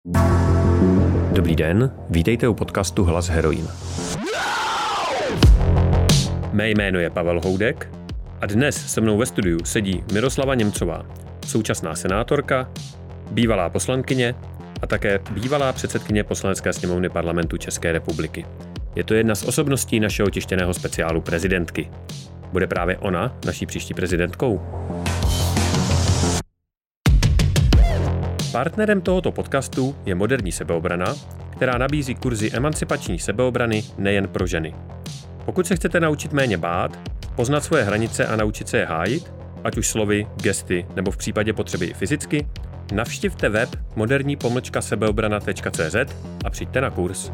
Dobrý den, vítejte u podcastu Hlas heroin. Mé jméno je Pavel Houdek a dnes se mnou ve studiu sedí Miroslava Němcová, současná senátorka, bývalá poslankyně a také bývalá předsedkyně Poslanecké sněmovny Parlamentu České republiky. Je to jedna z osobností našeho tištěného speciálu prezidentky. Bude právě ona naší příští prezidentkou? Partnerem tohoto podcastu je Moderní sebeobrana, která nabízí kurzy emancipační sebeobrany nejen pro ženy. Pokud se chcete naučit méně bát, poznat svoje hranice a naučit se je hájit, ať už slovy, gesty nebo v případě potřeby i fyzicky, navštivte web moderní-sebeobrana.cz a přijďte na kurz.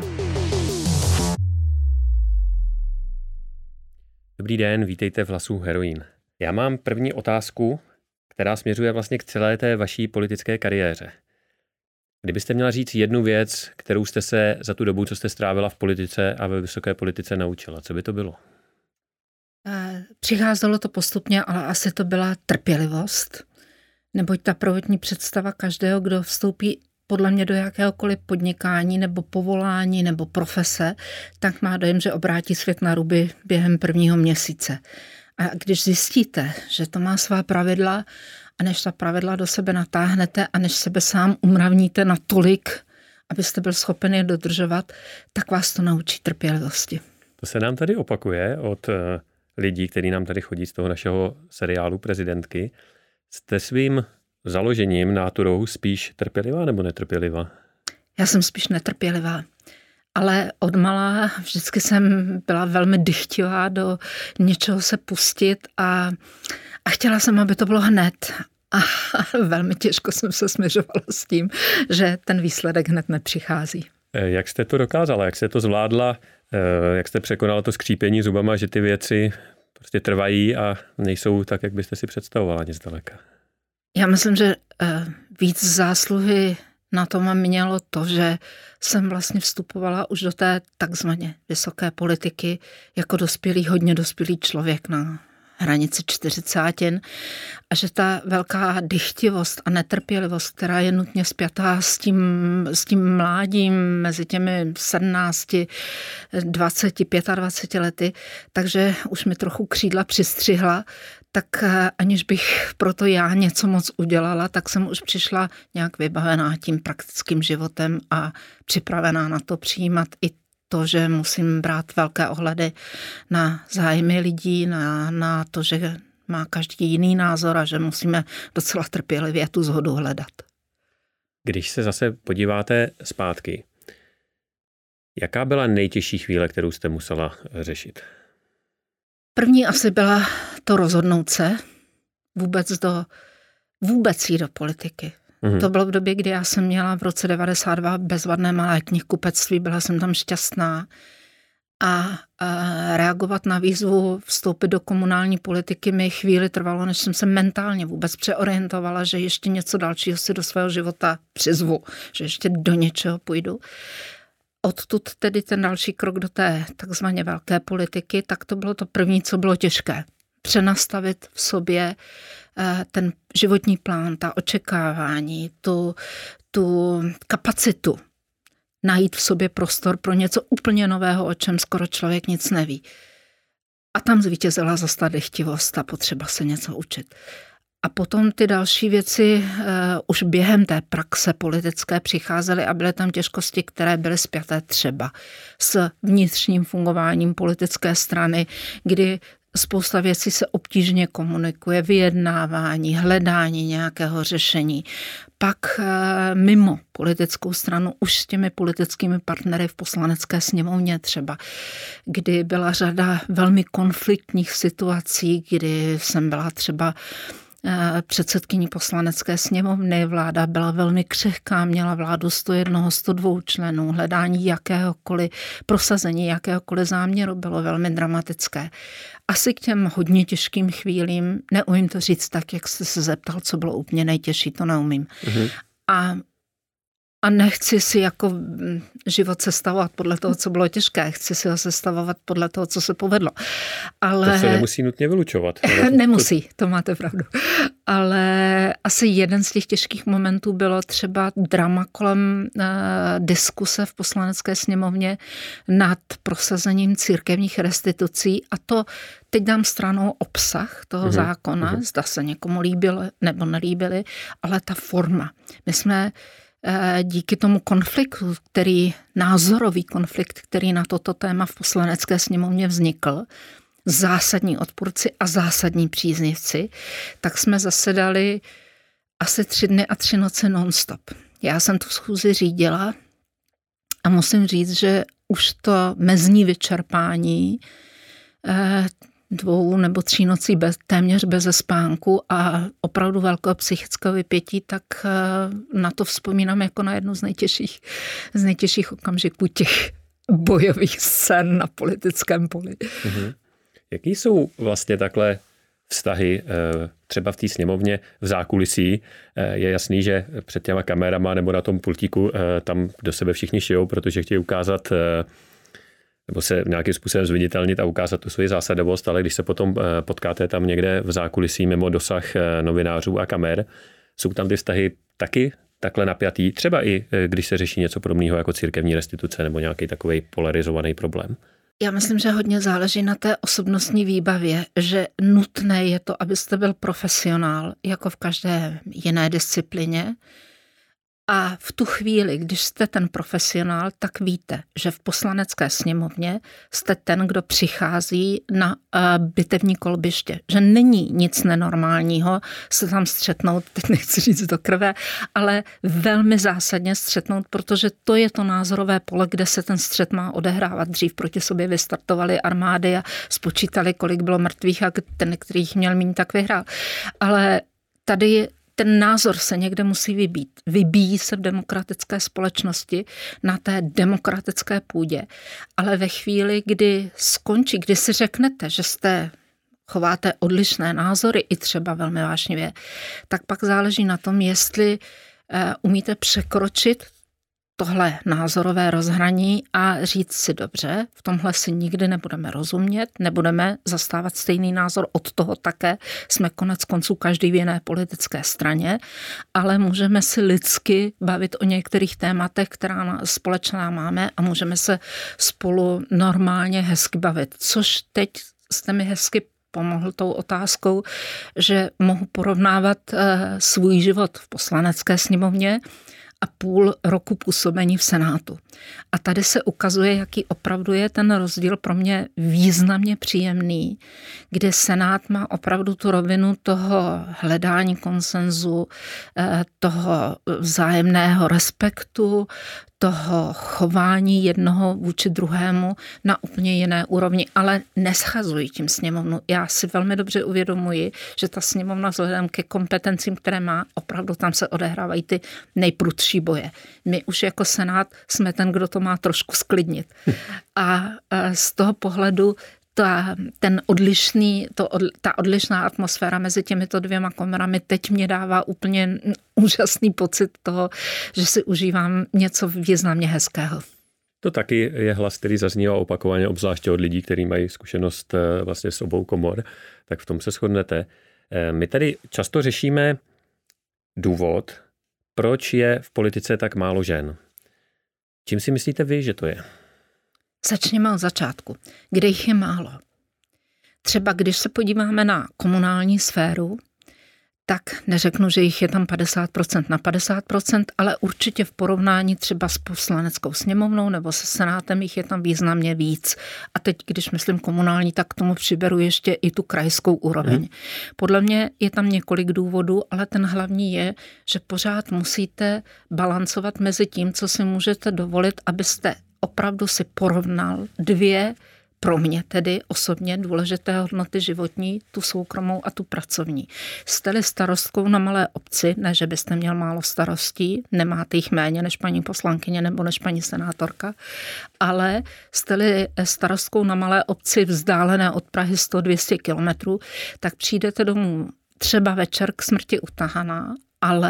Dobrý den, vítejte v Hlasu heroin. Já mám první otázku, která směřuje vlastně k celé té vaší politické kariéře. Kdybyste měla říct jednu věc, kterou jste se za tu dobu, co jste strávila v politice a ve vysoké politice naučila, co by to bylo? Přicházelo to postupně, ale asi to byla trpělivost. Neboť ta prvotní představa každého, kdo vstoupí podle mě do jakéhokoliv podnikání nebo povolání nebo profese, tak má dojem, že obrátí svět na ruby během prvního měsíce. A když zjistíte, že to má svá pravidla a než ta pravidla do sebe natáhnete a než sebe sám umravníte natolik, abyste byl schopen je dodržovat, tak vás to naučí trpělivosti. To se nám tady opakuje od lidí, kteří nám tady chodí z toho našeho seriálu prezidentky. Jste svým založením, náturou spíš trpělivá nebo netrpělivá? Já jsem spíš netrpělivá. Ale odmala vždycky jsem byla velmi dychtivá do něčeho se pustit a chtěla jsem, aby to bylo hned. A velmi těžko jsem se směřovala s tím, že ten výsledek hned nepřichází. Jak jste to dokázala? Jak jste to zvládla? Jak jste překonala to skřípění zubama, že ty věci prostě trvají a nejsou tak, jak byste si představovala nic daleka? Já myslím, že víc zásluhy na tom mělo to, že jsem vlastně vstupovala už do té takzvaně vysoké politiky jako hodně dospělý člověk na hranici 40 a že ta velká dychtivost a netrpělivost, která je nutně spjatá s tím mládím mezi těmi 17, 20, 25 lety, takže už mi trochu křídla přistřihla, tak aniž bych proto já něco moc udělala, tak jsem už přišla nějak vybavená tím praktickým životem a připravená na to přijímat i to, že musím brát velké ohledy na zájmy lidí, na to, že má každý jiný názor a že musíme docela trpělivě tu shodu hledat. Když se zase podíváte zpátky, jaká byla nejtěžší chvíle, kterou jste musela řešit? První asi byla to rozhodnout se vůbec jít do politiky. To bylo v době, kdy já jsem měla v roce 92 bezvadné malé knihkupectví, byla jsem tam šťastná a reagovat na výzvu vstoupit do komunální politiky mi chvíli trvalo, než jsem se mentálně vůbec přeorientovala, že ještě něco dalšího si do svého života přizvu, že ještě do něčeho půjdu. Odtud tedy ten další krok do té takzvaně velké politiky, tak to bylo to první, co bylo těžké. Přenastavit v sobě ten životní plán, ta očekávání, tu kapacitu, najít v sobě prostor pro něco úplně nového, o čem skoro člověk nic neví. A tam zvítězila zase ta dychtivost a potřeba se něco učit. A potom ty další věci už během té praxe politické přicházely a byly tam těžkosti, které byly spjaté třeba s vnitřním fungováním politické strany, kdy spousta věcí se obtížně komunikuje, vyjednávání, hledání nějakého řešení. Pak mimo politickou stranu už s těmi politickými partnery v Poslanecké sněmovně třeba, kdy byla řada velmi konfliktních situací, kdy jsem byla třeba předsedkyní Poslanecké sněmovny, vláda byla velmi křehká, měla vládu 101, 102 členů, hledání prosazení jakéhokoliv záměru bylo velmi dramatické. Asi k těm hodně těžkým chvílím, neumím to říct tak, jak jste se zeptal, co bylo úplně nejtěžší, to neumím. A A nechci si jako život sestavovat podle toho, co bylo těžké. Chci si ho sestavovat podle toho, co se povedlo. Ale... To se nemusí nutně vylučovat. Nemusí, to máte pravdu. Ale asi jeden z těch těžkých momentů bylo třeba drama kolem diskuse v Poslanecké sněmovně nad prosazením církevních restitucí. A to teď dám stranou obsah toho zákona, zda se někomu líbilo nebo nelíbily, ale ta forma. My jsme díky tomu konfliktu, názorový konflikt, který na toto téma v Poslanecké sněmovně vznikl, zásadní odpůrci a zásadní příznivci, tak jsme zasedali asi 3 dny a 3 noci non-stop. Já jsem tu schůzi řídila a musím říct, že už to mezní vyčerpání 2 nebo 3 nocí téměř bez spánku a opravdu velkého psychického vypětí, tak na to vzpomínám jako na jednu z nejtěžších okamžiků těch bojových scén na politickém poli. Jaký jsou vlastně takhle vztahy třeba v té sněmovně v zákulisí? Je jasný, že před těma kamerama nebo na tom pultíku tam do sebe všichni šijou, protože chtějí ukázat nebo se nějakým způsobem zviditelnit a ukázat tu svoji zásadovost, ale když se potom potkáte tam někde v zákulisí mimo dosah novinářů a kamer, jsou tam ty vztahy taky takhle napjatý, třeba i když se řeší něco podobného jako církevní restituce nebo nějaký takový polarizovaný problém? Já myslím, že hodně záleží na té osobnostní výbavě, že nutné je to, abyste byl profesionál, jako v každé jiné disciplině. A v tu chvíli, když jste ten profesionál, tak víte, že v Poslanecké sněmovně jste ten, kdo přichází na bitevní kolbiště. Že není nic nenormálního se tam střetnout, teď nechci říct do krve, ale velmi zásadně střetnout, protože to je to názorové pole, kde se ten střet má odehrávat. Dřív proti sobě vystartovaly armády a spočítali, kolik bylo mrtvých a ten, který jich měl míň, tak vyhrál. Ale tady ten názor se někde musí vybít. Vybíjí se v demokratické společnosti na té demokratické půdě. Ale ve chvíli, kdy skončí, kdy si řeknete, že chováte odlišné názory, i třeba velmi vášnivě, tak pak záleží na tom, jestli umíte překročit tohle názorové rozhraní a říct si dobře, v tomhle si nikdy nebudeme rozumět, nebudeme zastávat stejný názor, od toho také jsme konec konců každý v jiné politické straně, ale můžeme si lidsky bavit o některých tématech, která společná máme a můžeme se spolu normálně hezky bavit, což teď jste mi hezky pomohl tou otázkou, že mohu porovnávat svůj život v Poslanecké sněmovně a 0,5 roku působení v Senátu. A tady se ukazuje, jaký opravdu je ten rozdíl pro mě významně příjemný, kde Senát má opravdu tu rovinu toho hledání konsenzu, toho vzájemného respektu, toho chování jednoho vůči druhému na úplně jiné úrovni, ale neschazují tím sněmovnu. Já si velmi dobře uvědomuji, že ta sněmovna vzhledem ke kompetencím, které má, opravdu tam se odehrávají ty nejprudší boje. My už jako Senát jsme ten, kdo to má trošku sklidnit. A z toho pohledu ta odlišná atmosféra mezi těmito 2 komorami teď mě dává úplně úžasný pocit toho, že si užívám něco významně hezkého. To taky je hlas, který zaznívá opakovaně, obzvláště od lidí, kteří mají zkušenost vlastně s obou komor, tak v tom se shodnete. My tady často řešíme důvod, proč je v politice tak málo žen. Čím si myslíte vy, že to je? Začněme od začátku. Kde jich je málo? Třeba když se podíváme na komunální sféru, tak neřeknu, že jich je tam 50% na 50%, ale určitě v porovnání třeba s Poslaneckou sněmovnou nebo se Senátem jich je tam významně víc. A teď, když myslím komunální, tak k tomu přiberu ještě i tu krajskou úroveň. Podle mě je tam několik důvodů, ale ten hlavní je, že pořád musíte balancovat mezi tím, co si můžete dovolit, abyste opravdu si porovnal 2 pro mě tedy osobně důležité hodnoty životní, tu soukromou a tu pracovní. Jste-li starostkou na malé obci, ne, že byste měl málo starostí, nemáte jich méně než paní poslankyně nebo než paní senátorka, ale jste-li starostkou na malé obci vzdálené od Prahy 100-200 kilometrů, tak přijdete domů třeba večer k smrti utahaná, ale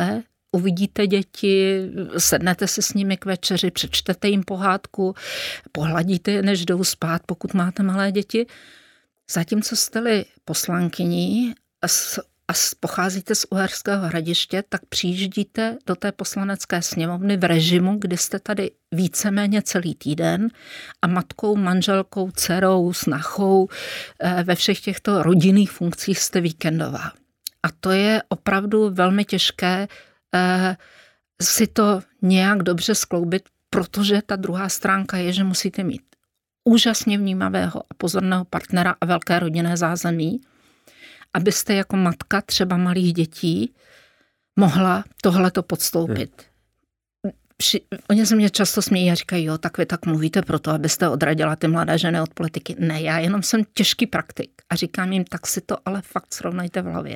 uvidíte děti, sednete si s nimi k večeři, přečtete jim pohádku, pohladíte je, než jdou spát, pokud máte malé děti. Zatímco jste-li poslankyní a pocházíte z Uherského Hradiště, tak přijíždíte do té poslanecké sněmovny v režimu, kdy jste tady víceméně celý týden a matkou, manželkou, dcerou, snachou, ve všech těchto rodinných funkcích jste víkendová. A to je opravdu velmi těžké si to nějak dobře skloubit, protože ta druhá stránka je, že musíte mít úžasně vnímavého a pozorného partnera a velké rodinné zázemí, abyste jako matka třeba malých dětí mohla tohleto podstoupit. Oni se mě často smějí a říkají, jo, tak vy tak mluvíte proto, abyste odradila ty mladé ženy od politiky. Ne, já jenom jsem těžký praktik a říkám jim, tak si to ale fakt srovnejte v hlavě.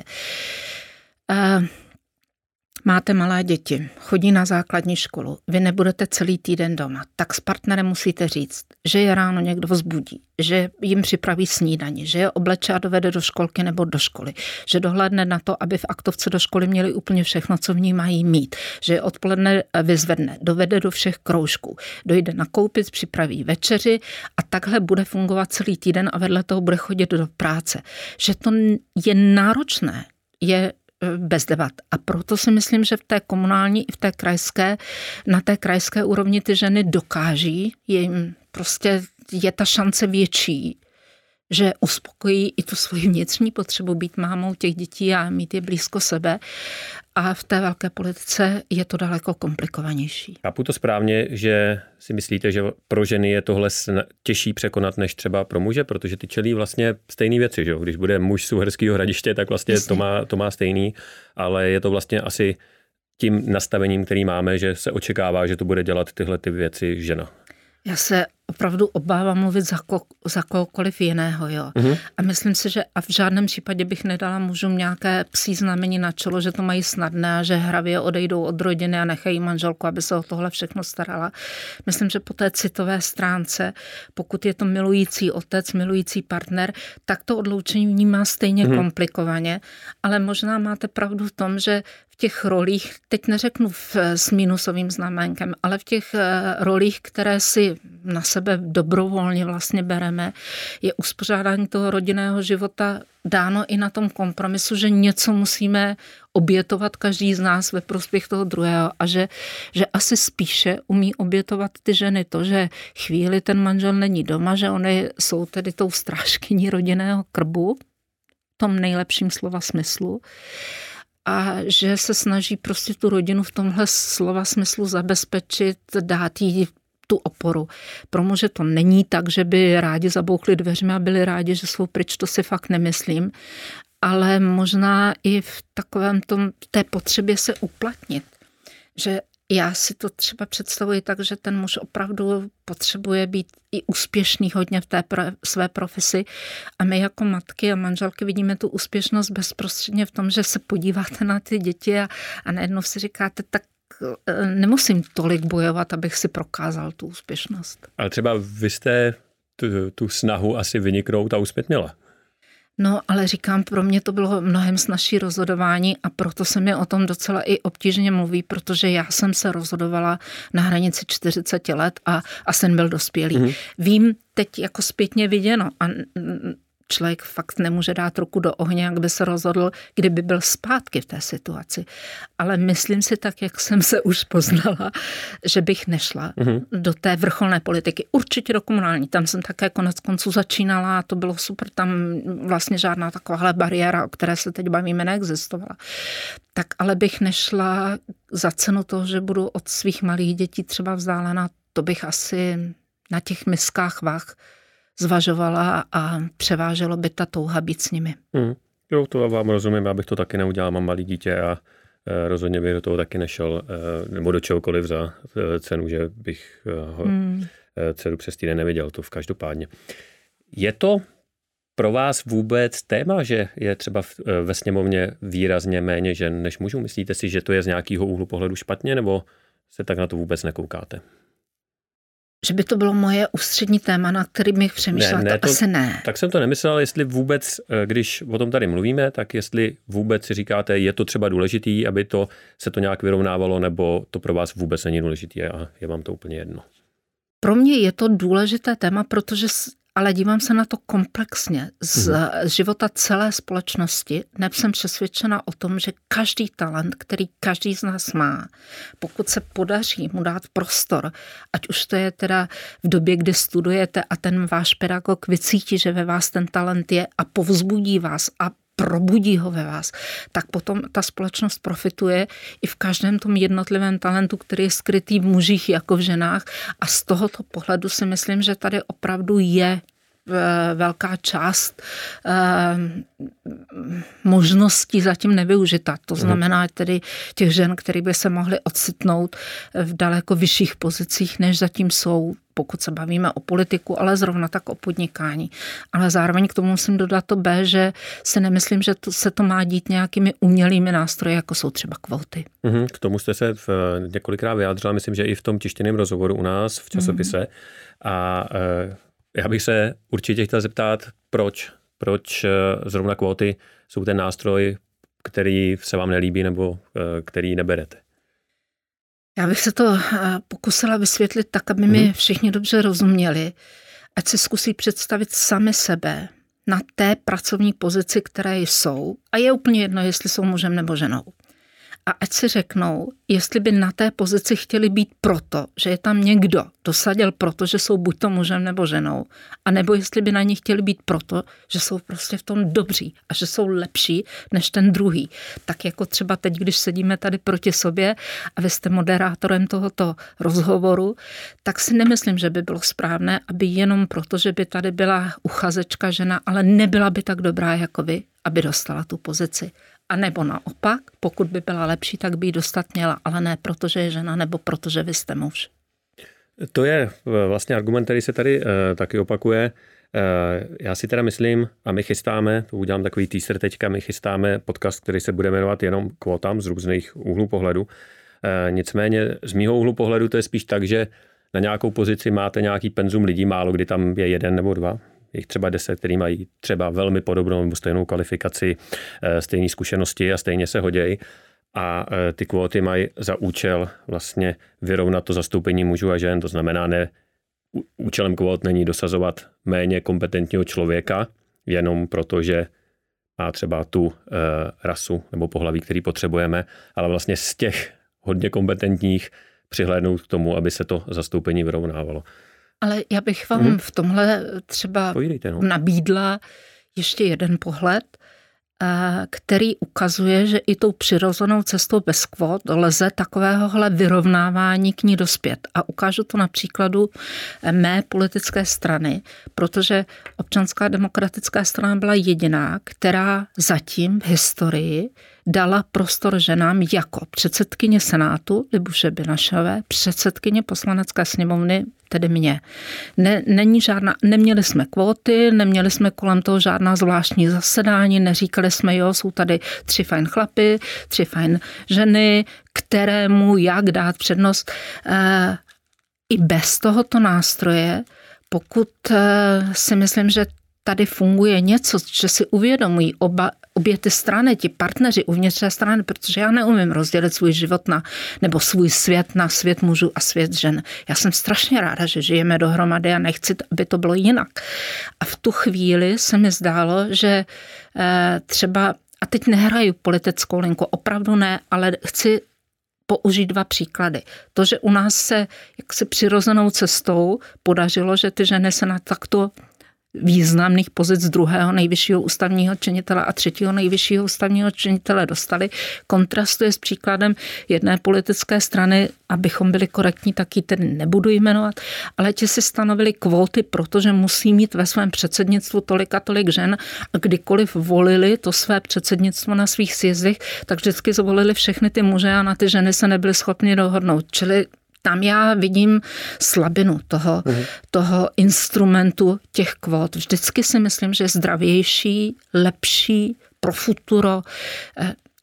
Máte malé děti, chodí na základní školu, vy nebudete celý týden doma, tak s partnerem musíte říct, že je ráno někdo vzbudí, že jim připraví snídani, že je obleče a dovede do školky nebo do školy, že dohlédne na to, aby v aktovce do školy měli úplně všechno, co v ní mají mít, že je odpoledne vyzvedne, dovede do všech kroužků, dojde nakoupit, připraví večeři a takhle bude fungovat celý týden a vedle toho bude chodit do práce. Že to je náročné, je bez debat. A proto si myslím, že v té komunální i v té krajské, na té krajské úrovni ty ženy dokáží, je ta šance větší, že uspokojí i tu svoji vnitřní potřebu být mámou těch dětí a mít je blízko sebe. A v té velké politice je to daleko komplikovanější. Chápu to správně, že si myslíte, že pro ženy je tohle těžší překonat než třeba pro muže, protože ty čelí vlastně stejné věci, že jo? Když bude muž z Uherského Hradiště, tak vlastně to má stejný, ale je to vlastně asi tím nastavením, který máme, že se očekává, že to bude dělat tyhle ty věci žena. Já se opravdu obávám mluvit za kohokoliv jiného, jo. A myslím si, že a v žádném případě bych nedala mužům nějaké psí znamení na čelo, že to mají snadné a že hravě odejdou od rodiny a nechají manželku, aby se o tohle všechno starala. Myslím, že po té citové stránce, pokud je to milující otec, milující partner, tak to odloučení vnímá stejně komplikovaně, ale možná máte pravdu v tom, že v těch rolích, teď neřeknu s minusovým znamenkem, ale v těch rolích, které si na sebe dobrovolně vlastně bereme, je uspořádání toho rodinného života dáno i na tom kompromisu, že něco musíme obětovat každý z nás ve prospěch toho druhého a že asi spíše umí obětovat ty ženy to, že chvíli ten manžel není doma, že oni jsou tedy tou strážkyní rodinného krbu, v tom nejlepším slova smyslu, a že se snaží prostě tu rodinu v tomhle slova smyslu zabezpečit, dát jí tu oporu. Pro muže to není tak, že by rádi zabouchli dveřmi a byli rádi, že jsou pryč, to si fakt nemyslím, ale možná i v takovém té potřebě se uplatnit, že já si to třeba představuji tak, že ten muž opravdu potřebuje být i úspěšný hodně v té své profesi a my jako matky a manželky vidíme tu úspěšnost bezprostředně v tom, že se podíváte na ty děti a najednou si říkáte, tak nemusím tolik bojovat, abych si prokázal tu úspěšnost. Ale třeba vy jste tu snahu asi vyniknout a uspět měla. No, ale říkám, pro mě to bylo mnohem snazší rozhodování a proto se mi o tom docela i obtížně mluví, protože já jsem se rozhodovala na hranici 40 let a syn byl dospělý. Vím teď jako zpětně viděno a člověk fakt nemůže dát ruku do ohně, jak by se rozhodl, kdyby byl zpátky v té situaci. Ale myslím si tak, jak jsem se už poznala, že bych nešla do té vrcholné politiky. Určitě do komunální. Tam jsem také konec konců začínala a to bylo super. Tam vlastně žádná takováhle bariéra, o které se teď bavíme, neexistovala. Tak ale bych nešla za cenu toho, že budu od svých malých dětí třeba vzdálená. To bych asi na těch miskách vah zvažovala a převáželo by ta touha být s nimi. Jo, to vám rozumím, já bych to taky neudělal, mám malý dítě a rozhodně bych do toho taky nešel, nebo do čehokoliv za cenu, že bych dceru přes týden neviděl, to v každopádně. Je to pro vás vůbec téma, že je třeba ve sněmovně výrazně méně žen než mužů? Myslíte si, že to je z nějakého úhlu pohledu špatně, nebo se tak na to vůbec nekoukáte? že by to bylo moje ústřední téma, na kterým bych přemýšlela, to asi ne. Tak jsem to nemyslel, jestli vůbec, když o tom tady mluvíme, tak jestli vůbec si říkáte, je to třeba důležitý, aby se to nějak vyrovnávalo, nebo to pro vás vůbec není důležitý a je vám to úplně jedno. Pro mě je to důležité téma, protože ale dívám se na to komplexně z života celé společnosti. Neb jsem přesvědčena o tom, že každý talent, který každý z nás má, pokud se podaří mu dát prostor, ať už to je teda v době, kdy studujete a ten váš pedagog vycítí, že ve vás ten talent je a povzbudí vás a probudí ho ve vás, tak potom ta společnost profituje i v každém tom jednotlivém talentu, který je skrytý v mužích jako v ženách, a z tohoto pohledu si myslím, že tady opravdu je velká část možností zatím nevyužita. To znamená tedy těch žen, které by se mohly ocitnout v daleko vyšších pozicích, než zatím jsou, pokud se bavíme o politiku, ale zrovna tak o podnikání. Ale zároveň k tomu musím dodat to B, že si nemyslím, že se to má dít nějakými umělými nástroji, jako jsou třeba kvóty. K tomu jste se několikrát vyjádřila, myslím, že i v tom tištěném rozhovoru u nás v časopise. A já bych se určitě chtěl zeptat, proč zrovna kvóty jsou ten nástroj, který se vám nelíbí nebo který neberete. Já bych se to pokusila vysvětlit tak, aby mi všichni dobře rozuměli, ať si zkusí představit sami sebe na té pracovní pozici, které jsou, a je úplně jedno, jestli jsou mužem nebo ženou. A ať si řeknou, jestli by na té pozici chtěli být proto, že je tam někdo dosadil proto, že jsou buď to mužem nebo ženou, anebo jestli by na ní chtěli být proto, že jsou prostě v tom dobří a že jsou lepší než ten druhý. Tak jako třeba teď, když sedíme tady proti sobě a vy jste moderátorem tohoto rozhovoru, tak si nemyslím, že by bylo správné, aby jenom proto, že by tady byla uchazečka žena, ale nebyla by tak dobrá jako vy, aby dostala tu pozici. A nebo naopak, pokud by byla lepší, tak by ji dostat měla, ale ne protože je žena nebo protože vy jste muž. To je vlastně argument, který se tady taky opakuje. Já si teda myslím, a my chystáme, to udělám takový teaser teďka, my chystáme podcast, který se bude jmenovat jenom kvótám z různých úhlů pohledu. Nicméně z mýho úhlu pohledu to je spíš tak, že na nějakou pozici máte nějaký penzum lidí, málo kdy tam je 1 nebo 2. Jich třeba 10, který mají třeba velmi podobnou nebo stejnou kvalifikaci, stejné zkušenosti a stejně se hodějí. A ty kvóty mají za účel vlastně vyrovnat to zastoupení mužů a žen. To znamená, účelem kvót není dosazovat méně kompetentního člověka, jenom proto, že má třeba tu rasu nebo pohlaví, který potřebujeme, ale vlastně z těch hodně kompetentních přihlédnout k tomu, aby se to zastoupení vyrovnávalo. Ale já bych vám v tomhle třeba nabídla ještě jeden pohled, který ukazuje, že i tou přirozenou cestou bez kvót lze takovéhohle vyrovnávání k ní dospět. A ukážu to na příkladu mé politické strany, protože Občanská demokratická strana byla jediná, která zatím v historii dala prostor ženám jako předsedkyně Senátu Libuše Binašové, předsedkyně Poslanecké sněmovny, tedy mě. Neměli jsme kvóty, neměli jsme kolem toho žádná zvláštní zasedání, neříkali jsme, jo, jsou tady 3 fajn chlapy, 3 fajn ženy, kterému jak dát přednost. I bez tohoto nástroje, pokud si myslím, že tady funguje něco, že si uvědomují obě ty strany, ti partneři uvnitř té strany, protože já neumím rozdělit svůj život nebo svůj svět na svět mužů a svět žen. Já jsem strašně ráda, že žijeme dohromady a nechci, aby to bylo jinak. A v tu chvíli se mi zdálo, že třeba, a teď nehraju politickou linku, opravdu ne, ale chci použít 2 příklady. To, že u nás se jaksi přirozenou cestou podařilo, že ty ženy se na takto významných pozic 2. nejvyššího ústavního činitele a 3. nejvyššího ústavního činitele dostali, kontrastuje s příkladem jedné politické strany, abychom byli korektní, taky tedy nebudu jmenovat, ale ti si stanovili kvóty, protože musí mít ve svém předsednictvu tolik a tolik žen, a kdykoliv volili to své předsednictvo na svých sjezdech, tak vždycky zvolili všechny ty muže a na ty ženy se nebyli schopni dohodnout. Čili tam já vidím slabinu toho instrumentu těch kvót. Vždycky si myslím, že je zdravější, lepší pro futuro.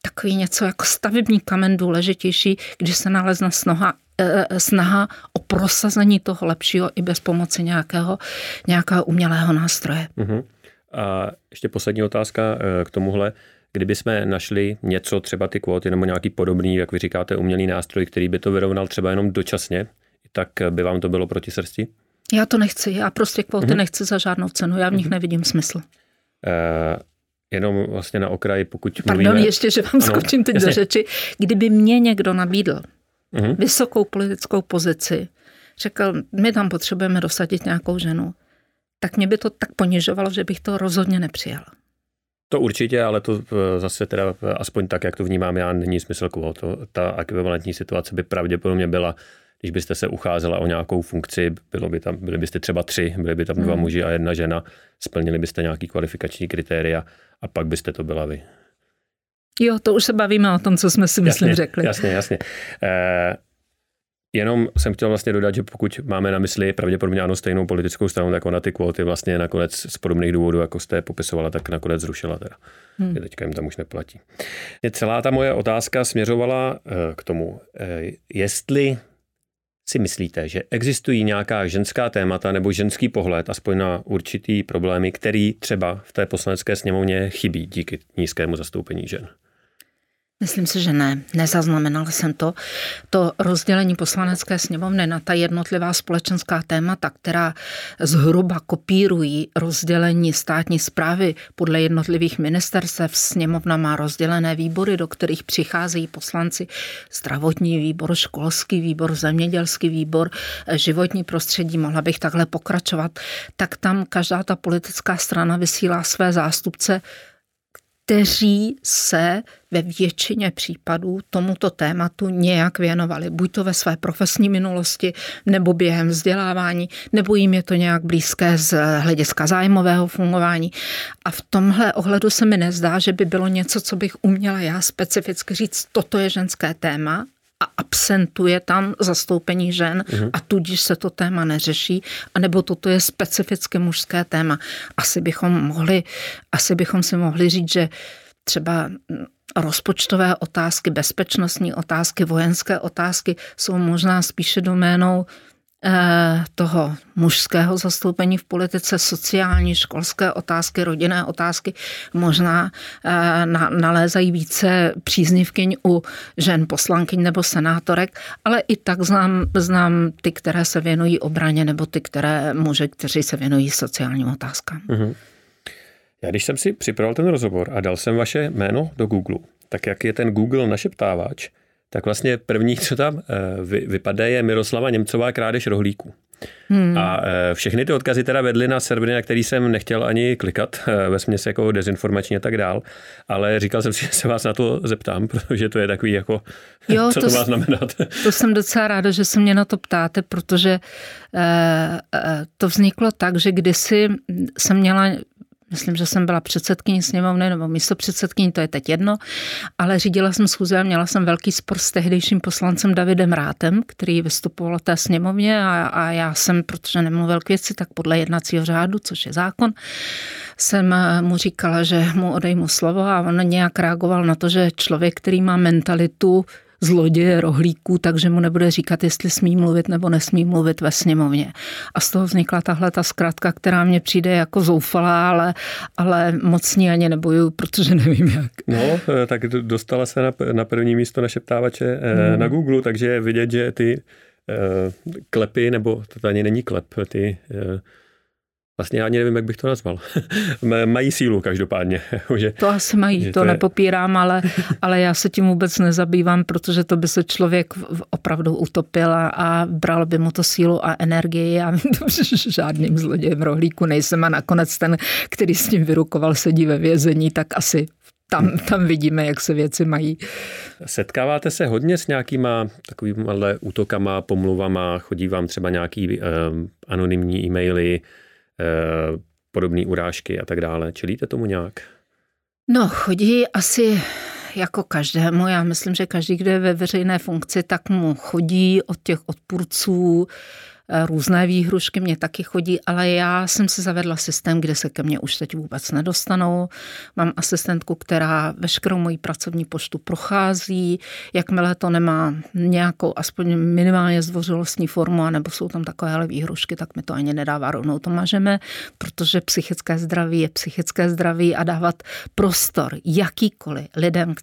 takový něco jako stavební kamen důležitější, když se nalezne snaha o prosazení toho lepšího i bez pomoci nějakého umělého nástroje. A ještě poslední otázka k tomuhle. Kdyby jsme našli něco, třeba ty kvóty nebo nějaký podobný, jak vy říkáte, umělý nástroj, který by to vyrovnal třeba jenom dočasně, tak by vám to bylo proti srsti? Já to nechci, já prostě kvóty nechci za žádnou cenu, já v nich nevidím smysl. Jenom vlastně na okraji, pokud Pardon, ještě, že vám skočím teď do řeči. Kdyby mě někdo nabídl vysokou politickou pozici, řekl, my tam potřebujeme dosadit nějakou ženu, tak mě by to tak ponižovalo, že bych to rozhodně nepřijala. To určitě, ale to zase teda aspoň tak, jak to vnímám já, není smysl kvót. Ta ekvivalentní situace by pravděpodobně byla, když byste se ucházela o nějakou funkci, byli byste třeba 3, byli by tam 2 muži a 1 žena, splnili byste nějaký kvalifikační kritéria a pak byste to byla vy. Jo, to už se bavíme o tom, co jsme si myslím řekli. Jasně. Jenom jsem chtěl vlastně dodat, že pokud máme na mysli pravděpodobně ano stejnou politickou stranu, tak ona ty kvóty vlastně nakonec z podobných důvodů, jako jste popisovala, tak nakonec zrušila teda. Teďka jim tam už neplatí. Celá ta moje otázka směřovala k tomu, jestli si myslíte, že existují nějaká ženská témata nebo ženský pohled aspoň na určitý problémy, který třeba v té poslanecké sněmovně chybí díky nízkému zastoupení žen? Myslím si, že ne. Nezaznamenala jsem to. To rozdělení poslanecké sněmovny na ta jednotlivá společenská témata, která zhruba kopírují rozdělení státní správy podle jednotlivých ministerstev. Sněmovna má rozdělené výbory, do kterých přicházejí poslanci. Zdravotní výbor, školský výbor, zemědělský výbor, životní prostředí, mohla bych takhle pokračovat. Tak tam každá ta politická strana vysílá své zástupce, kteří se ve většině případů tomuto tématu nějak věnovali. Buď to ve své profesní minulosti, nebo během vzdělávání, nebo jim je to nějak blízké z hlediska zájmového fungování. A v tomhle ohledu se mi nezdá, že by bylo něco, co bych uměla já specificky říct, toto je ženské téma, a absentuje tam zastoupení žen a tudíž se to téma neřeší, anebo toto je specificky mužské téma. Asi bychom si mohli říct, že třeba rozpočtové otázky, bezpečnostní otázky, vojenské otázky jsou možná spíše doménou toho mužského zastoupení v politice, sociální, školské otázky, rodinné otázky možná nalézají více příznivkyň u žen poslankyň nebo senátorek, ale i tak znám ty, které se věnují obraně, nebo ty, kteří se věnují sociálním otázkám. Já když jsem si připravil ten rozhovor a dal jsem vaše jméno do Google, tak jak je ten Google našeptávač, tak vlastně první, co tam vypadá, je Miroslava Němcová krádež rohlíků. A všechny ty odkazy teda vedly na servery, na který jsem nechtěl ani klikat, vesměs jako dezinformační a tak dál, ale říkal jsem si, že se vás na to zeptám, protože to je takový jako, jo, co to má znamenat. To jsem docela ráda, že se mě na to ptáte, protože to vzniklo tak, že kdysi jsem měla, myslím, že jsem byla předsedkyní sněmovny nebo místopředsedkyní, to je teď jedno, ale řídila jsem schůzi a měla jsem velký spor s tehdejším poslancem Davidem Rátem, který vystupoval v té sněmovně a já jsem, protože nemluvil k věci, tak podle jednacího řádu, což je zákon, jsem mu říkala, že mu odejmu slovo a on nějak reagoval na to, že člověk, který má mentalitu zloděje rohlíků, takže mu nebude říkat, jestli smí mluvit nebo nesmí mluvit ve sněmovně. A z toho vznikla tahle ta zkratka, která mně přijde jako zoufalá, ale moc s ní ani nebojuju, protože nevím jak. No, tak dostala se na první místo našeptávače na Google, takže je vidět, že ty klepy, nebo to ani není klep, ty vlastně já ani nevím, jak bych to nazval. Mají sílu každopádně. To asi mají, to nepopírám, ale já se tím vůbec nezabývám, protože to by se člověk opravdu utopil a bral by mu to sílu a energii. Já žádným zlodějem rohlíku nejsem a nakonec ten, který s tím vyrukoval, sedí ve vězení, tak asi tam vidíme, jak se věci mají. Setkáváte se hodně s nějakýma takovýma útokama, pomluvama, chodí vám třeba nějaký anonymní e-maily, podobné urážky a tak dále. Čelíte tomu nějak? No, chodí asi jako každému. Já myslím, že každý, kdo je ve veřejné funkci, tak mu chodí od těch odpůrců různé výhrušky mě taky chodí, ale já jsem si zavedla systém, kde se ke mně už teď vůbec nedostanou. Mám asistentku, která veškerou moji pracovní poštu prochází, jakmile to nemá nějakou aspoň minimálně zdvořilostní formu, anebo jsou tam takovéhle výhrušky, tak mi to ani nedává, rovnou to mažeme, protože psychické zdraví je psychické zdraví a dávat prostor jakýkoliv lidem,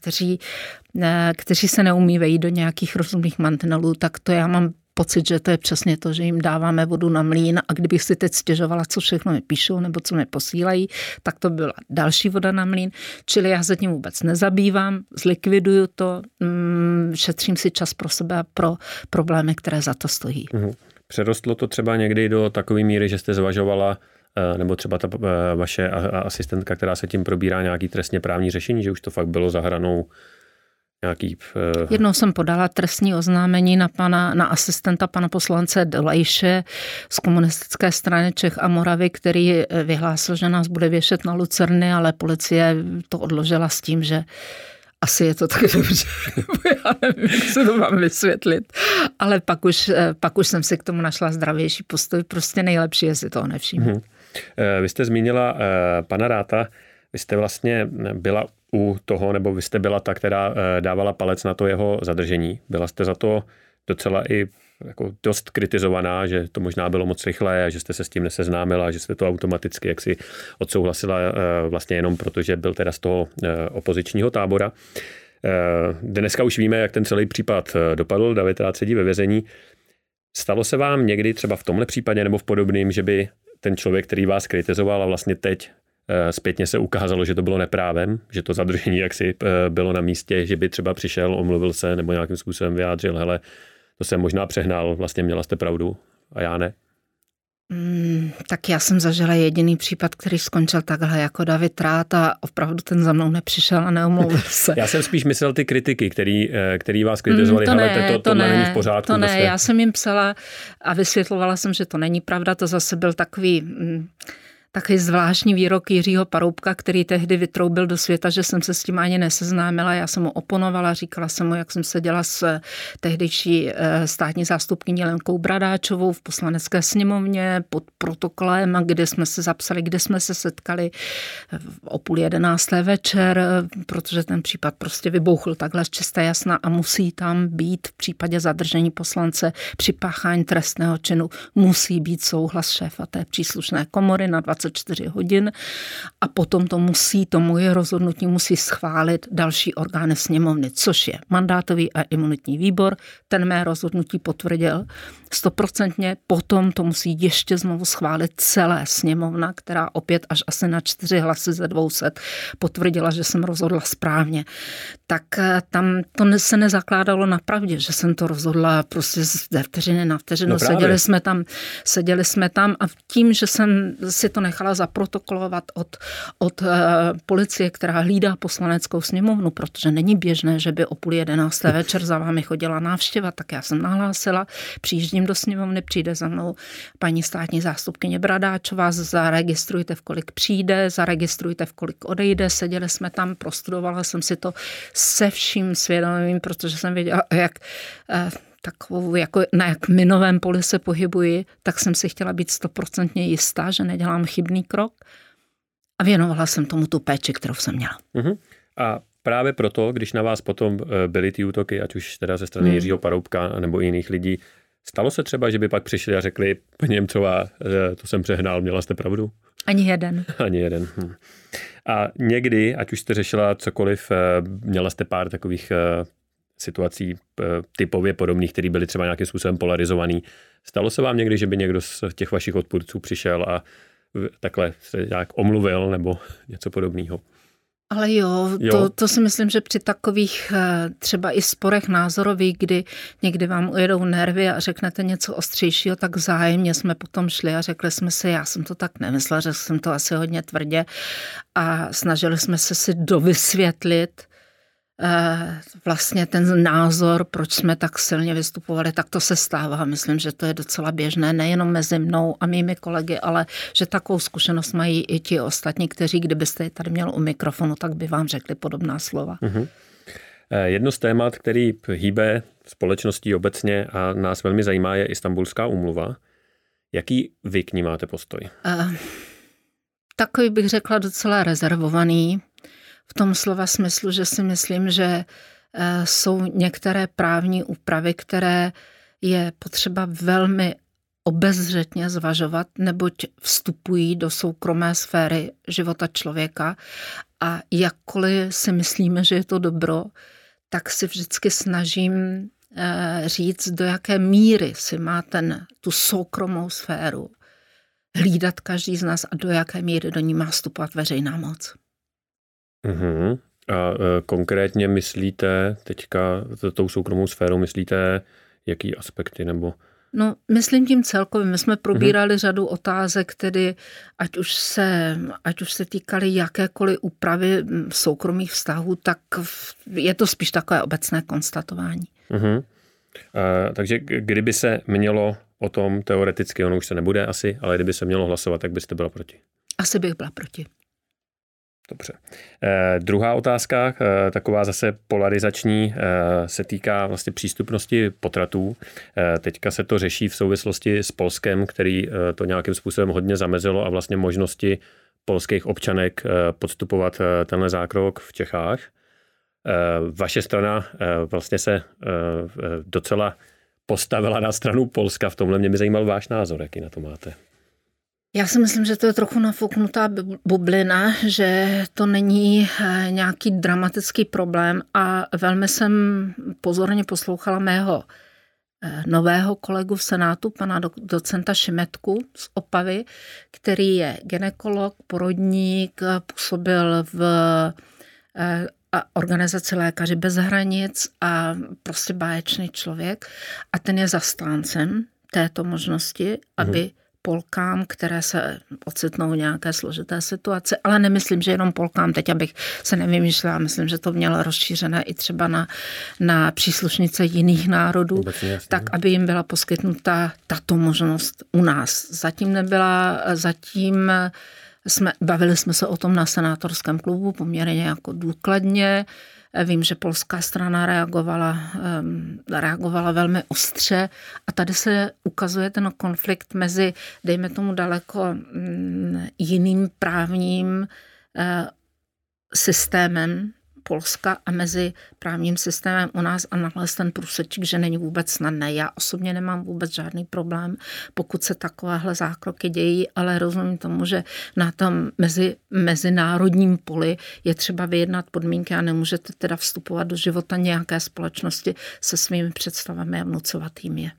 kteří se neumí vejít do nějakých rozumných mantinelů, tak to já mám pocit, že to je přesně to, že jim dáváme vodu na mlýn a kdybych si teď stěžovala, co všechno mi píšou nebo co mi posílají, tak to byla další voda na mlýn. Čili já se tím vůbec nezabývám, zlikviduju to, šetřím si čas pro sebe a pro problémy, které za to stojí. Přerostlo to třeba někdy do takové míry, že jste zvažovala, nebo třeba ta vaše asistentka, která se tím probírá, nějaký trestně právní řešení, že už to fakt bylo za hranou nějaký... Jednou jsem podala trestní oznámení na asistenta pana poslance Dolejše z Komunistické strany Čech a Moravy, který vyhlásil, že nás bude věšet na lucerny, ale policie to odložila s tím, že asi je to tak dobře, já nevím, jak se to mám vysvětlit, ale pak už jsem si k tomu našla zdravější postoj, prostě nejlepší je si toho nevšimnout. Vy jste zmínila pana Ratha, vy jste vlastně byla u toho, nebo vy jste byla ta, která dávala palec na to jeho zadržení. Byla jste za to docela i jako dost kritizovaná, že to možná bylo moc rychlé a že jste se s tím neseznámila, že jste to automaticky jaksi odsouhlasila vlastně jenom proto, že byl teda z toho opozičního tábora. Dneska už víme, jak ten celý případ dopadl, David Rath sedí ve vězení. Stalo se vám někdy třeba v tomhle případě nebo v podobným, že by ten člověk, který vás kritizoval a vlastně teď zpětně se ukázalo, že to bylo neprávem, že to zadržení jaksi bylo na místě, že by třeba přišel, omluvil se nebo nějakým způsobem vyjádřil, hele, to jsem možná přehnal, vlastně měla jste pravdu a já ne? Tak já jsem zažila jediný případ, který skončil takhle jako David Rath a opravdu ten za mnou nepřišel a neomluvil se. Já jsem spíš myslel ty kritiky, který vás kritizovali, to není v pořádku. To ne, já jsem jim psala a vysvětlovala jsem, že to není pravda, to zase byl takový zvláštní výrok Jiřího Paroubka, který tehdy vytroubil do světa, že jsem se s tím ani neseznámila. Já jsem mu oponovala, říkala jsem mu, jak jsem seděla s tehdejší státní zástupkyní Lenkou Bradáčovou v Poslanecké sněmovně pod protokolem, kde jsme se zapsali, kde jsme se setkali o 10:30 večer, protože ten případ prostě vybouchl takhle z čisté jasna a musí tam být v případě zadržení poslance při páchání trestného činu musí být souhlas šéfa té příslušné komory na 24 hodin a potom to moje rozhodnutí musí schválit další orgány sněmovny, což je mandátový a imunitní výbor. Ten mé rozhodnutí potvrdil 100%, potom to musí ještě znovu schválit celé sněmovna, která opět až asi na 4 hlasy ze 200 potvrdila, že jsem rozhodla správně. Tak tam to se nezakládalo na pravdě, že jsem to rozhodla prostě ze vteřiny na vteřinu. Seděli jsme tam a tím, že jsem si to nechala zaprotokolovat od policie, která hlídá Poslaneckou sněmovnu, protože není běžné, že by o 10:30 večer za vámi chodila návštěva, tak já jsem nahlásila, přijíždím do sněmovny, přijde za mnou paní státní zástupkyně Bradáčová, zaregistrujte, v kolik přijde, zaregistrujte, v kolik odejde, seděli jsme tam, prostudovala jsem si to se vším svědomím, protože jsem věděla, takovou, jako na jak minovém poli se pohybuji, tak jsem si chtěla být 100% jistá, že nedělám chybný krok a věnovala jsem tomu tu péči, kterou jsem měla. A právě proto, když na vás potom byly ty útoky, ať už teda ze strany Jiřího Paroubka nebo jiných lidí, stalo se třeba, že by pak přišli a řekli, paní Němcová, to jsem přehnal, měla jste pravdu? Ani jeden. Ani jeden. A někdy, ať už jste řešila cokoliv, měla jste pár takových situací typově podobných, které byly třeba nějakým způsobem polarizovaný. Stalo se vám někdy, že by někdo z těch vašich odpůrců přišel a takhle se nějak omluvil nebo něco podobného? Ale jo. To si myslím, že při takových třeba i sporech názorových, kdy někdy vám ujedou nervy a řeknete něco ostřejšího, tak vzájemně jsme potom šli a řekli jsme si, já jsem to tak nemyslela, řekl jsem to asi hodně tvrdě a snažili jsme se si dovysvětlit vlastně ten názor, proč jsme tak silně vystupovali, tak to se stává. Myslím, že to je docela běžné, nejenom mezi mnou a mými kolegy, ale že takovou zkušenost mají i ti ostatní, kteří, kdybyste je tady měl u mikrofonu, tak by vám řekli podobná slova. Jedno z témat, který hýbe společností obecně a nás velmi zajímá, je Istanbulská úmluva. Jaký vy k ní máte postoj? Takový bych řekla docela rezervovaný. V tom slova smyslu, že si myslím, že jsou některé právní úpravy, které je potřeba velmi obezřetně zvažovat, neboť vstupují do soukromé sféry života člověka a jakkoliv si myslíme, že je to dobro, tak si vždycky snažím říct, do jaké míry si má tu soukromou sféru hlídat každý z nás a do jaké míry do ní má vstupovat veřejná moc. Uh-huh. A konkrétně myslíte teďka tou soukromou sférou, myslíte jaký aspekty nebo... No, myslím tím celkově. My jsme probírali řadu otázek, tedy ať už se týkaly jakékoliv úpravy soukromých vztahů, tak je to spíš takové obecné konstatování. Takže kdyby se mělo o tom teoreticky, ono už se nebude asi, ale kdyby se mělo hlasovat, tak byste byla proti? Asi bych byla proti. Dobře. Druhá otázka, taková zase polarizační, se týká vlastně přístupnosti potratů. Teďka se to řeší v souvislosti s Polskem, který to nějakým způsobem hodně zamezilo a vlastně možnosti polských občanek podstupovat tenhle zákrok v Čechách. Vaše strana vlastně se docela postavila na stranu Polska. V tomhle mě by zajímal váš názor, jaký na to máte. Já si myslím, že to je trochu nafouknutá bublina, že to není nějaký dramatický problém a velmi jsem pozorně poslouchala mého nového kolegu v Senátu, pana docenta Šimetku z Opavy, který je gynekolog, porodník, působil v organizaci Lékaři bez hranic a prostě báječný člověk. A ten je zastáncem této možnosti, aby Polkám, které se ocitnou v nějaké složité situaci, ale nemyslím, že jenom Polkám, teď abych se nevymýšlela, myslím, že to mělo rozšířené i třeba na příslušnice jiných národů, tak aby jim byla poskytnuta tato možnost u nás. Zatím nebyla, bavili jsme se o tom na senátorském klubu poměrně jako důkladně. Vím, že polská strana reagovala velmi ostře a tady se ukazuje ten konflikt mezi, dejme tomu daleko jiným právním systémem Polska a mezi právním systémem u nás a nalézt ten průsečík, že není vůbec snadné. Já osobně nemám vůbec žádný problém, pokud se takovéhle zákroky dějí, ale rozumím tomu, že na tom mezinárodním poli je třeba vyjednat podmínky a nemůžete teda vstupovat do života nějaké společnosti se svými představami a vnucovat jim je.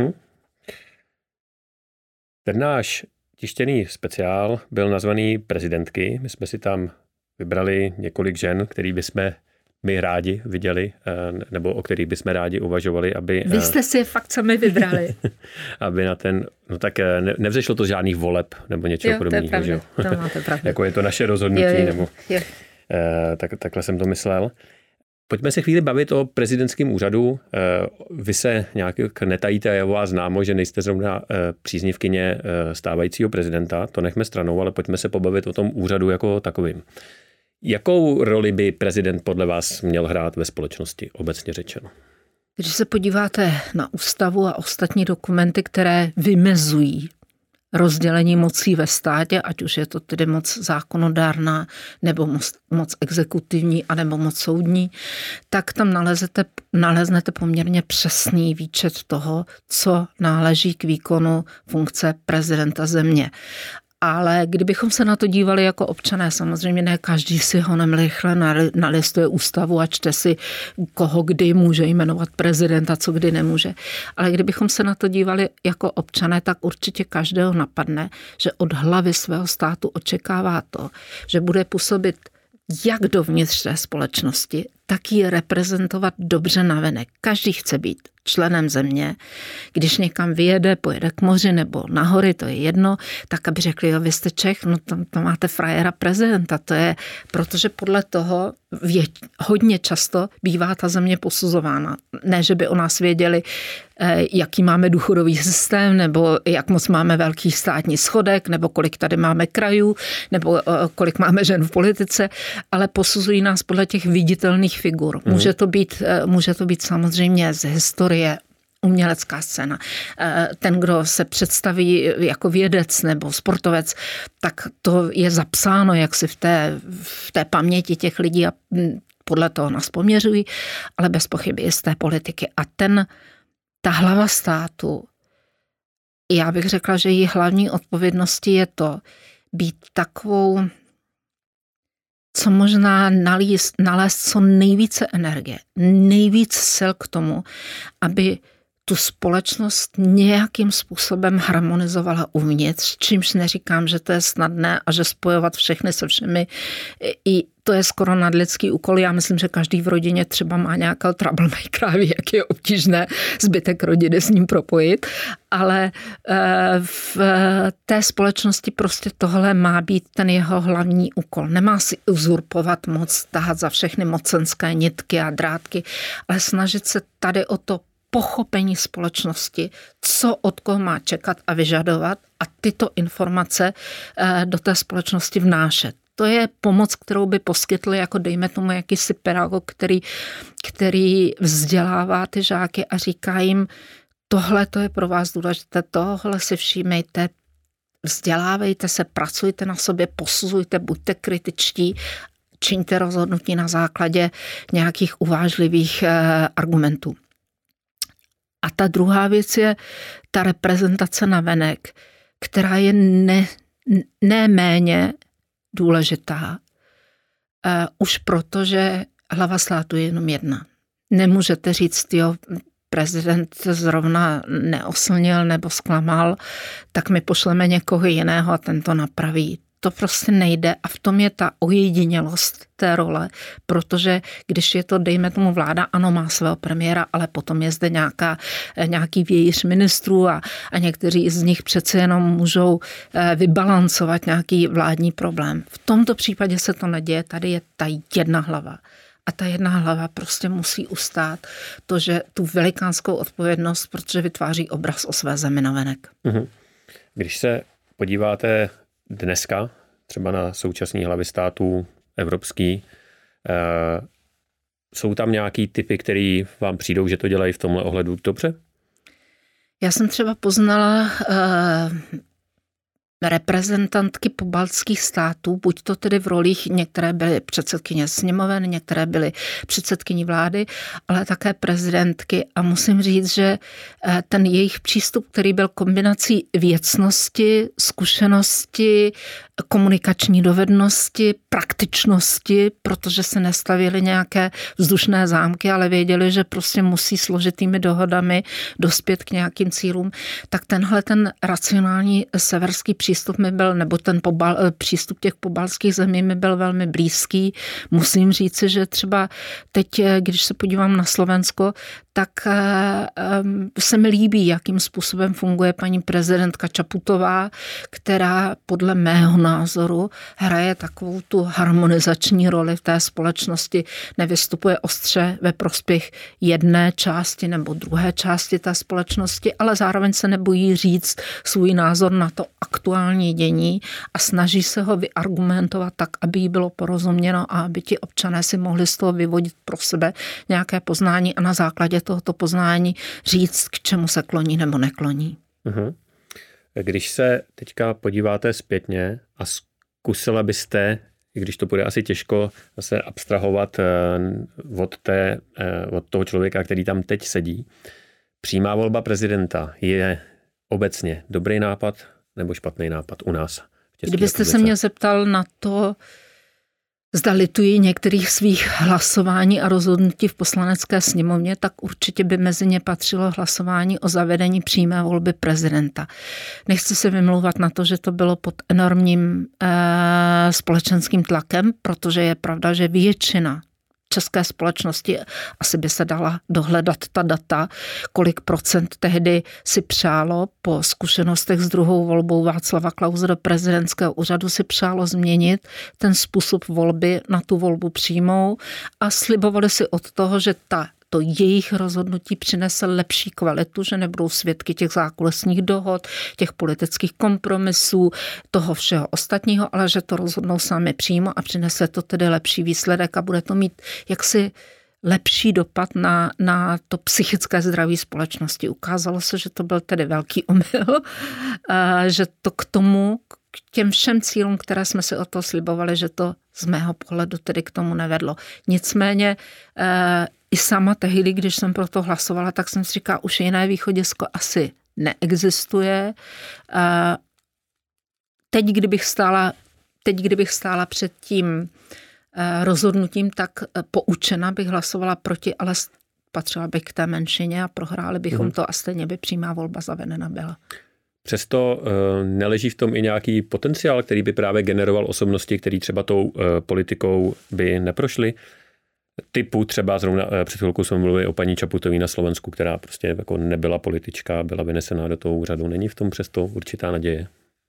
Ten náš tištěný speciál byl nazvaný Prezidentky. My jsme si tam vybrali několik žen, který bychom my rádi viděli, nebo o kterých bychom rádi uvažovali, aby... Vy jste si je fakt sami vybrali. Aby na ten... No tak nevzešlo to z žádných voleb, nebo něčeho podobného. Jo, to je pravda. Jako je to naše rozhodnutí, nebo... Takhle jsem to myslel. Pojďme se chvíli bavit o prezidentském úřadu. Vy se nějak netajíte a je o vás známo, že nejste zrovna příznivkyně stávajícího prezidenta, to nechme stranou, ale pojďme se pobavit o tom úřadu jako takovým. Jakou roli by prezident podle vás měl hrát ve společnosti, obecně řečeno? Když se podíváte na ústavu a ostatní dokumenty, které vymezují rozdělení mocí ve státě, ať už je to tedy moc zákonodárná, nebo moc exekutivní, anebo moc soudní, tak tam naleznete poměrně přesný výčet toho, co náleží k výkonu funkce prezidenta země. Ale kdybychom se na to dívali jako občané, samozřejmě ne každý si ho rychle nalistuje ústavu a čte si, koho kdy může jmenovat prezidenta, co kdy nemůže. Ale kdybychom se na to dívali jako občané, tak určitě každého napadne, že od hlavy svého státu očekává to, že bude působit jak dovnitř té společnosti, tak ji reprezentovat dobře navenek. Každý chce být členem země. Když někam vyjede, pojede k moři nebo na hory, to je jedno, tak aby řekli, jo, vy jste Čech, no tam máte frajera prezidenta. To je, protože podle toho hodně často bývá ta země posuzována. Ne, že by o nás věděli, jaký máme důchodový systém, nebo jak moc máme velký státní schodek, nebo kolik tady máme krajů, nebo kolik máme žen v politice, ale posuzují nás podle těch viditelných figur. Může to být samozřejmě z historie umělecká scéna. Ten, kdo se představí jako vědec nebo sportovec, tak to je zapsáno jaksi v té paměti těch lidí a podle toho nás poměřují, ale bez pochyby i z té politiky. A ta hlava státu, já bych řekla, že její hlavní odpovědností je to být takovou, co možná nalézt co nejvíce energie, nejvíc sil k tomu, aby tu společnost nějakým způsobem harmonizovala uvnitř, čímž neříkám, že to je snadné a že spojovat všechny se všemi, i to je skoro nadlidský úkol. Já myslím, že každý v rodině třeba má nějakého troublemakera, ví, jak je obtížné zbytek rodiny s ním propojit, ale v té společnosti prostě tohle má být ten jeho hlavní úkol. Nemá si uzurpovat moc, tahat za všechny mocenské nitky a drátky, ale snažit se tady o to pochopení společnosti, co od koho má čekat a vyžadovat a tyto informace do té společnosti vnášet. To je pomoc, kterou by poskytl jako dejme tomu jakýsi pedagog, který vzdělává ty žáky a říká jim, tohle to je pro vás důležité, tohle si všímejte, vzdělávejte se, pracujte na sobě, posuzujte, buďte kritičtí, čiňte rozhodnutí na základě nějakých uvážlivých argumentů. A ta druhá věc je ta reprezentace navenek, která je ne méně důležitá, už proto, že hlava státu je jenom jedna. Nemůžete říct, jo, prezident zrovna neoslnil nebo zklamal, tak my pošleme někoho jiného a ten to napraví. To prostě nejde a v tom je ta ojedinělost té role, protože když je to, dejme tomu vláda, ano, má svého premiéra, ale potom je zde nějaký vějíř ministrů a někteří z nich přece jenom můžou vybalancovat nějaký vládní problém. V tomto případě se to neděje, tady je ta jedna hlava. A ta jedna hlava prostě musí ustát to, že tu velikánskou odpovědnost, protože vytváří obraz o své zemi navenek. Když se podíváte dneska třeba na současné hlavy států evropský, jsou tam nějaký typy, které vám přijdou, že to dělají v tomhle ohledu dobře? Já jsem třeba poznala reprezentantky pobaltských států, buď to tedy v rolích, některé byly předsedkyně sněmoven, některé byly předsedkyní vlády, ale také prezidentky a musím říct, že ten jejich přístup, který byl kombinací věcnosti, zkušenosti, komunikační dovednosti, praktičnosti, protože se nestavily nějaké vzdušné zámky, ale věděli, že prostě musí složitými dohodami dospět k nějakým cílům, tak tenhle ten racionální severský přístup mi byl, nebo ten přístup těch pobaltských zemí mi byl velmi blízký. Musím říci, že třeba teď, když se podívám na Slovensko, tak se mi líbí, jakým způsobem funguje paní prezidentka Čaputová, která podle mého názoru hraje takovou tu harmonizační roli v té společnosti, nevystupuje ostře ve prospěch jedné části nebo druhé části té společnosti, ale zároveň se nebojí říct svůj názor na to aktuální dění a snaží se ho vyargumentovat tak, aby jí bylo porozuměno a aby ti občané si mohli z toho vyvodit pro sebe nějaké poznání a na základě tohoto poznání říct, k čemu se kloní nebo nekloní. Uhum. Když se teďka podíváte zpětně a zkusila byste, i když to bude asi těžko, se abstrahovat od toho člověka, který tam teď sedí, přímá volba prezidenta je obecně dobrý nápad nebo špatný nápad u nás? Kdybyste se mě zeptal na to, zda lituji některých svých hlasování a rozhodnutí v poslanecké sněmovně, tak určitě by mezi ně patřilo hlasování o zavedení přímé volby prezidenta. Nechci se vymlouvat na to, že to bylo pod enormním společenským tlakem, protože je pravda, že většina české společnosti, asi by se dala dohledat ta data, kolik procent tehdy si přálo po zkušenostech s druhou volbou Václava Klause do prezidentského úřadu si přálo změnit ten způsob volby na tu volbu přímou a slibovali si od toho, že to jejich rozhodnutí přinese lepší kvalitu, že nebudou svědky těch zákulisních dohod, těch politických kompromisů, toho všeho ostatního, ale že to rozhodnou sami přímo a přinese to tedy lepší výsledek a bude to mít jaksi lepší dopad na to psychické zdraví společnosti. Ukázalo se, že to byl tedy velký omyl, že to k těm všem cílům, které jsme si od toho slibovali, že to z mého pohledu tedy k tomu nevedlo. Nicméně i sama tehdy, když jsem pro to hlasovala, tak jsem si říkala, už jiné východisko asi neexistuje. Teď, kdybych stála před tím rozhodnutím, tak poučena bych hlasovala proti, ale patřila bych k té menšině a prohráli bychom to a stejně by přímá volba zavedena byla. Přesto neleží v tom i nějaký potenciál, který by právě generoval osobnosti, který třeba tou politikou by neprošly? Typu třeba zrovna před chvilkou jsme mluvili o paní Čaputové na Slovensku, která prostě jako nebyla politička, byla vynesená do toho úřadu. Není v tom přesto určitá naděje?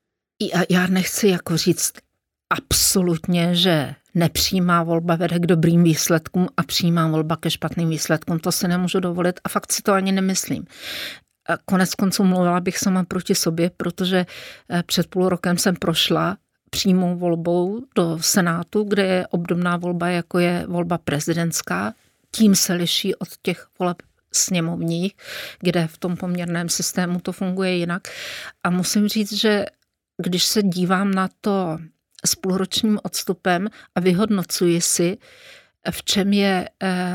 Já nechci jako říct absolutně, že nepřímá volba vede k dobrým výsledkům a přímá volba ke špatným výsledkům. To si nemůžu dovolit a fakt si to ani nemyslím. Konec konců mluvila bych sama proti sobě, protože před půl rokem jsem prošla přímou volbou do Senátu, kde je obdobná volba, jako je volba prezidentská. Tím se liší od těch voleb sněmovních, kde v tom poměrném systému to funguje jinak. A musím říct, že když se dívám na to s půlročním odstupem a vyhodnocuji si, v čem je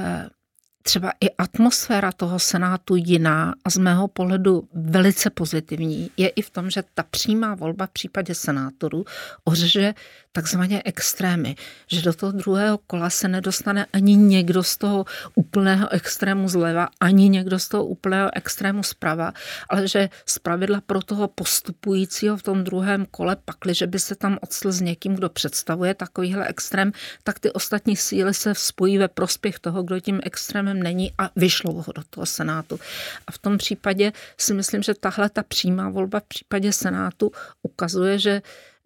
třeba i atmosféra toho Senátu jiná a z mého pohledu velice pozitivní, je i v tom, že ta přímá volba v případě senátorů ořeže takzvaně extrémy, že do toho druhého kola se nedostane ani někdo z toho úplného extrému zleva, ani někdo z toho úplného extrému zprava, ale že zpravidla pro toho postupujícího v tom druhém kole, pakliže by se tam octl s někým, kdo představuje takovýhle extrém, tak ty ostatní síly se spojí ve prospěch toho, kdo tím extrémem není a vyšlo ho do toho Senátu. A v tom případě si myslím, že tahle ta přímá volba v případě Senátu ukazuje, že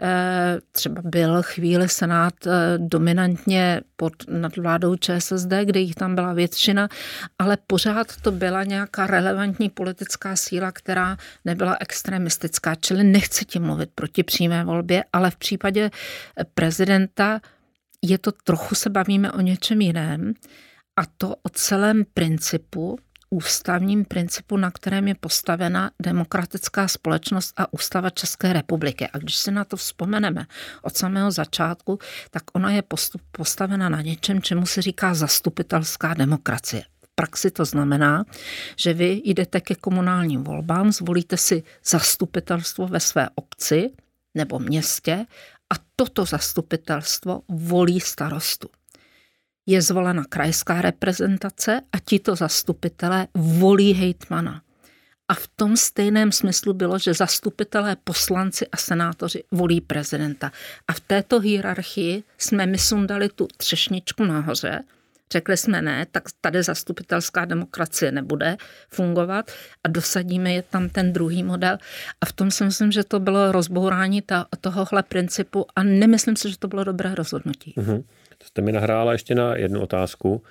třeba byl chvíli Senát dominantně pod nadvládou ČSSD, kde jich tam byla většina, ale pořád to byla nějaká relevantní politická síla, která nebyla extremistická. Čili nechci tím mluvit proti přímé volbě, ale v případě prezidenta je to trochu se bavíme o něčem jiném a to o celém principu, ústavním principu, na kterém je postavena demokratická společnost a ústava České republiky. A když si na to vzpomeneme od samého začátku, tak ona je postavena na něčem, čemu se říká zastupitelská demokracie. V praxi to znamená, že vy jdete ke komunálním volbám, zvolíte si zastupitelstvo ve své obci nebo městě a toto zastupitelstvo volí starostu. Je zvolena krajská reprezentace a tito zastupitelé volí hejtmana. A v tom stejném smyslu bylo, že zastupitelé, poslanci a senátoři volí prezidenta. A v této hierarchii jsme my sundali tu třešničku nahoře, řekli jsme ne, tak tady zastupitelská demokracie nebude fungovat a dosadíme je tam ten druhý model. A v tom si myslím, že to bylo rozbourání tohohle principu a nemyslím si, že to bylo dobré rozhodnutí. To jste mi nahrála ještě na jednu otázku.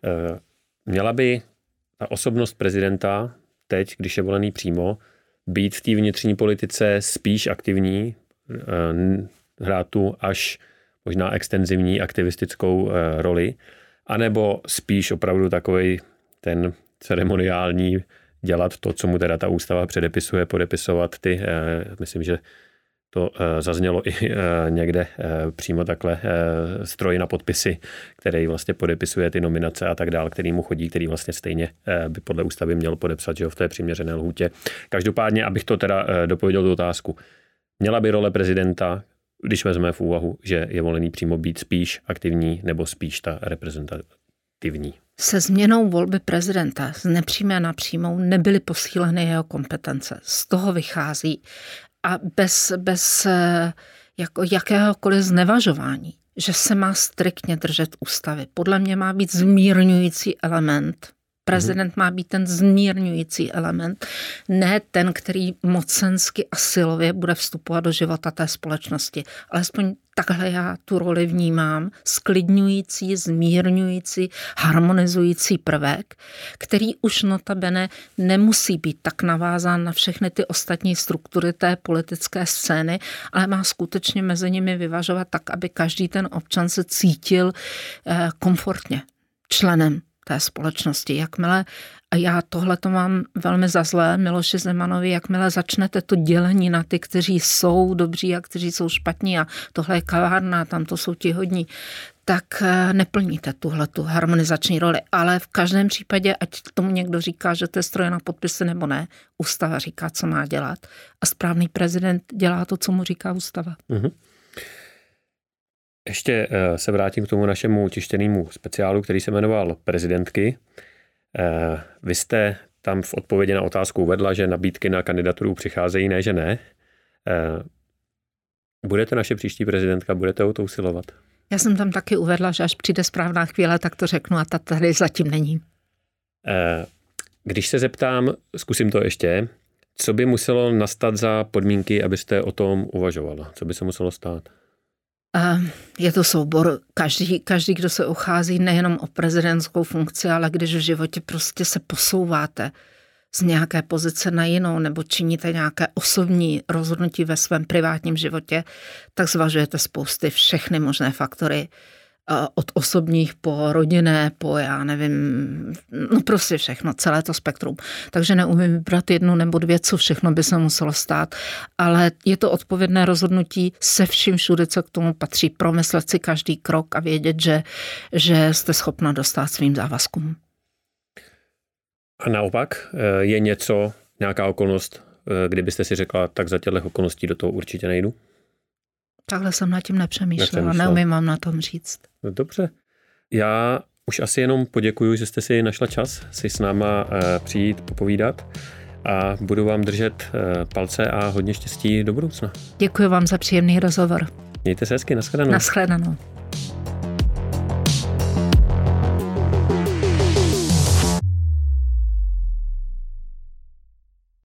Měla by ta osobnost prezidenta teď, když je volený přímo, být v té vnitřní politice spíš aktivní, hrát tu až možná extenzivní aktivistickou roli, anebo spíš opravdu takovej ten ceremoniální dělat to, co mu teda ta ústava předepisuje, podepisovat ty, myslím, že to zaznělo i někde přímo takhle stroj na podpisy, který vlastně podepisuje ty nominace a tak dál, který mu chodí, který vlastně stejně by podle ústavy měl podepsat, že jo, v té přiměřené lhůtě. Každopádně, abych to teda dopověděl tu otázku, měla by role prezidenta, když vezmeme v úvahu, že je volený přímo, být spíš aktivní nebo spíš ta reprezentativní? Se změnou volby prezidenta z nepřímé na přímou nebyly posíleny jeho kompetence. Z toho vychází a bez jako jakéhokoliv znevažování, že se má striktně držet ústavy. Podle mě má být zmírňující element. Prezident má být ten zmírňující element, ne ten, který mocensky a silově bude vstupovat do života té společnosti. Alespoň takhle já tu roli vnímám. Sklidňující, zmírňující, harmonizující prvek, který už notabene nemusí být tak navázán na všechny ty ostatní struktury té politické scény, ale má skutečně mezi nimi vyvažovat tak, aby každý ten občan se cítil komfortně členem té společnosti. Jakmile, a já tohle to mám velmi za zlé, Miloši Zemanovi, jakmile začnete to dělení na ty, kteří jsou dobří a kteří jsou špatní a tohle je kavárna, tam to jsou ti hodní, tak neplníte tuhletu harmonizační roli. Ale v každém případě, ať tomu někdo říká, že to je stroj na podpisy nebo ne, ústava říká, co má dělat. A správný prezident dělá to, co mu říká ústava. Mm-hmm. Ještě se vrátím k tomu našemu tištěnému speciálu, který se jmenoval Prezidentky. Vy jste tam v odpovědi na otázku uvedla, že nabídky na kandidaturu přicházejí, ne, že ne. Budete naše příští prezidentka, budete o to usilovat? Já jsem tam taky uvedla, že až přijde správná chvíle, tak to řeknu a ta tady zatím není. Když se zeptám, zkusím to ještě, co by muselo nastat za podmínky, abyste o tom uvažovala? Co by se muselo stát? Je to soubor. Každý, kdo se uchází nejenom o prezidentskou funkci, ale když v životě prostě se posouváte z nějaké pozice na jinou nebo činíte nějaké osobní rozhodnutí ve svém privátním životě, tak zvažujete všechny možné faktory. Od osobních po rodinné, po já nevím, no prostě všechno, celé to spektrum. Takže neumím vybrat jednu nebo dvě, co všechno by se muselo stát, ale je to odpovědné rozhodnutí se vším všude, co k tomu patří, promyslet si každý krok a vědět, že jste schopna dostát svým závazkům. A naopak je nějaká okolnost, kdybyste si řekla, tak za těchto okolností do toho určitě nejdu? Takhle jsem nad tím nepřemýšlela, neumím vám na tom říct. Dobře. Já už asi jenom poděkuju, že jste si našla čas si s náma přijít popovídat a budu vám držet palce a hodně štěstí do budoucna. Děkuji vám za příjemný rozhovor. Mějte se hezky, nashledanou. Nashledanou.